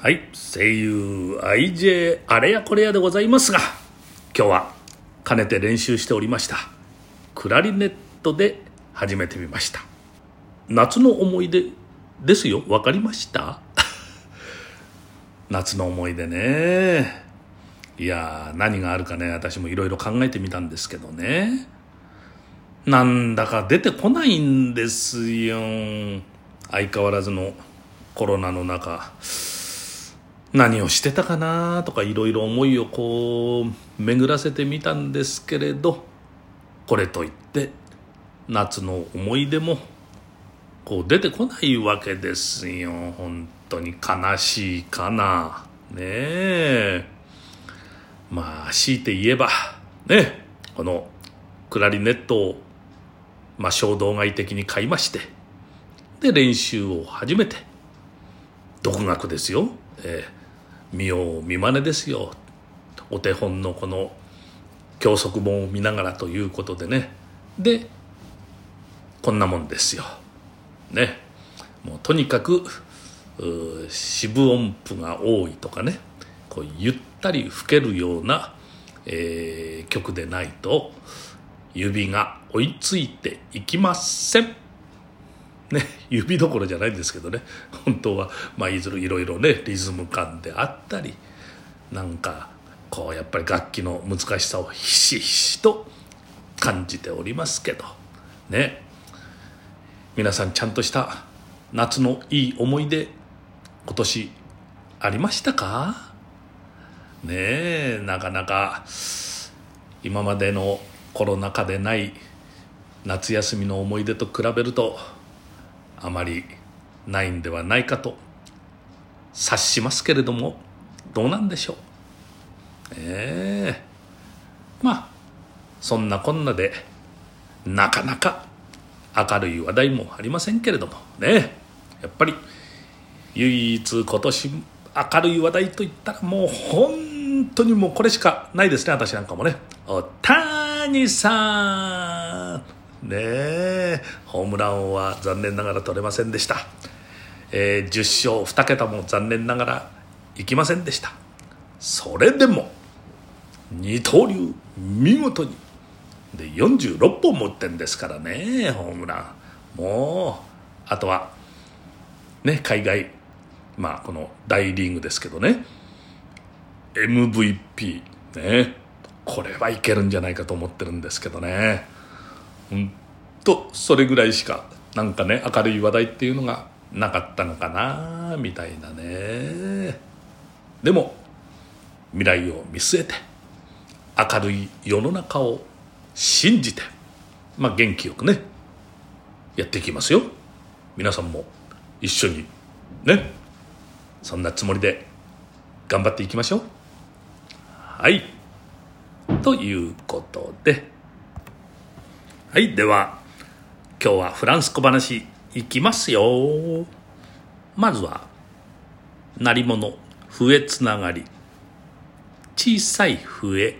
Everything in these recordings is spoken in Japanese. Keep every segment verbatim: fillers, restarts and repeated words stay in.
はい、声優 アイジェー あれやこれやでございますが、今日はかねて練習しておりましたクラリネットで始めてみました。夏の思い出ですよ。わかりました夏の思い出ね。いや何があるかね、私もいろいろ考えてみたんですけどね、なんだか出てこないんですよ。相変わらずのコロナの中、何をしてたかなとかいろいろ思いをこう巡らせてみたんですけれど、これといって夏の思い出もこう出てこないわけですよ。本当に悲しいかなねえ。まあ強いて言えばね、このクラリネットをまあ衝動買い的に買いまして、で練習を始めて、独学ですよ、えー見よう見まねですよ。お手本のこの教則本を見ながらということでね、でこんなもんですよね。もうとにかく四分音符が多いとかね、こうゆったり吹けるような、えー、曲でないと指が追いついていきませんね。指どころじゃないんですけどね、本当はまあいずれいろいろね、リズム感であったり、なんかこうやっぱり楽器の難しさをひしひしと感じておりますけどね。皆さんちゃんとした夏のいい思い出今年ありましたかねえ。なかなか今までのコロナ禍でない夏休みの思い出と比べるとあまりないんではないかと察しますけれども、どうなんでしょう。ええまあそんなこんなでなかなか明るい話題もありませんけれどもね、やっぱり唯一今年明るい話題といったらもう本当にもうこれしかないですね。私なんかもね、大谷さんねえ、ホームラン王は残念ながら取れませんでした。えー、じゅっしょうにけたも残念ながらいきませんでした。それでも二刀流見事にでよんじゅうろっぽんも打ってんですからね、ホームラン。もうあとはね、海外まあこの大リーグですけどね、 エムブイピー ね、これはいけるんじゃないかと思ってるんですけどね。うんとそれぐらいしかなんかね、明るい話題っていうのがなかったのかなみたいなね。でも未来を見据えて明るい世の中を信じて、まあ元気よくねやっていきますよ。皆さんも一緒にね、そんなつもりで頑張っていきましょう。はいということで、はい、では今日はフランス小話いきますよ。まずは鳴り物笛つながり。小さい笛。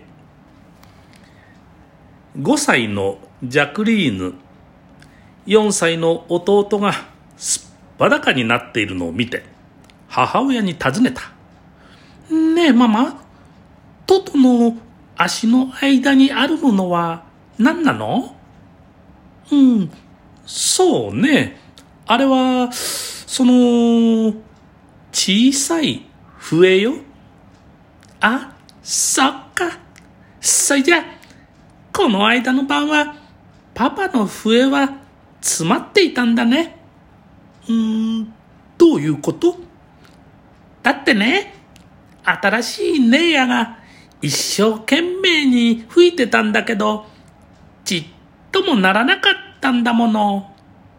ごさいのジャクリーヌ、よんさいの弟がすっぱだかになっているのを見て母親に尋ねた。ねえママ、トトの足の間にあるものは何なの？うん、そうね。あれは、その、小さい笛よ。あ、そっか。それじゃ、この間の晩は、パパの笛は詰まっていたんだね。うーん、どういうこと？だってね、新しい姉やが一生懸命に吹いてたんだけど、ちっともならなかったんだもの。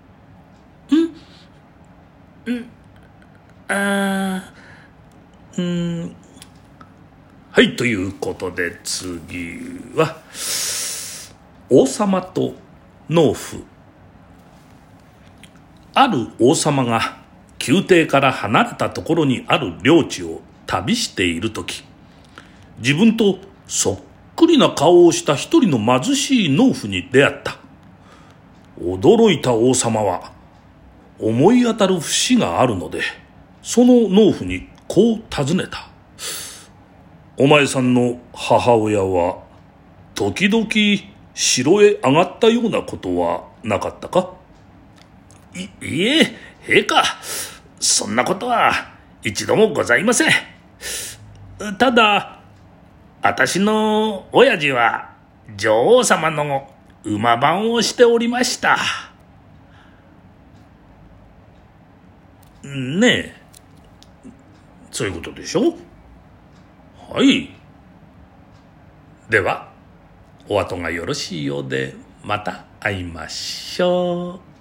んんあーうんはいということで、次は王様と農夫。ある王様が宮廷から離れたところにある領地を旅しているとき、自分とそっくりな顔をした一人の貧しい農夫に出会った。驚いた王様は思い当たる節があるので、その農夫にこう尋ねた。お前さんの母親は時々城へ上がったようなことはなかったか？ い、いえ、陛下、そんなことは一度もございません。ただ、私の親父は女王様の馬番をしておりました。 ねえ、そういうことでしょ？はい。では、お後がよろしいようで、また会いましょう。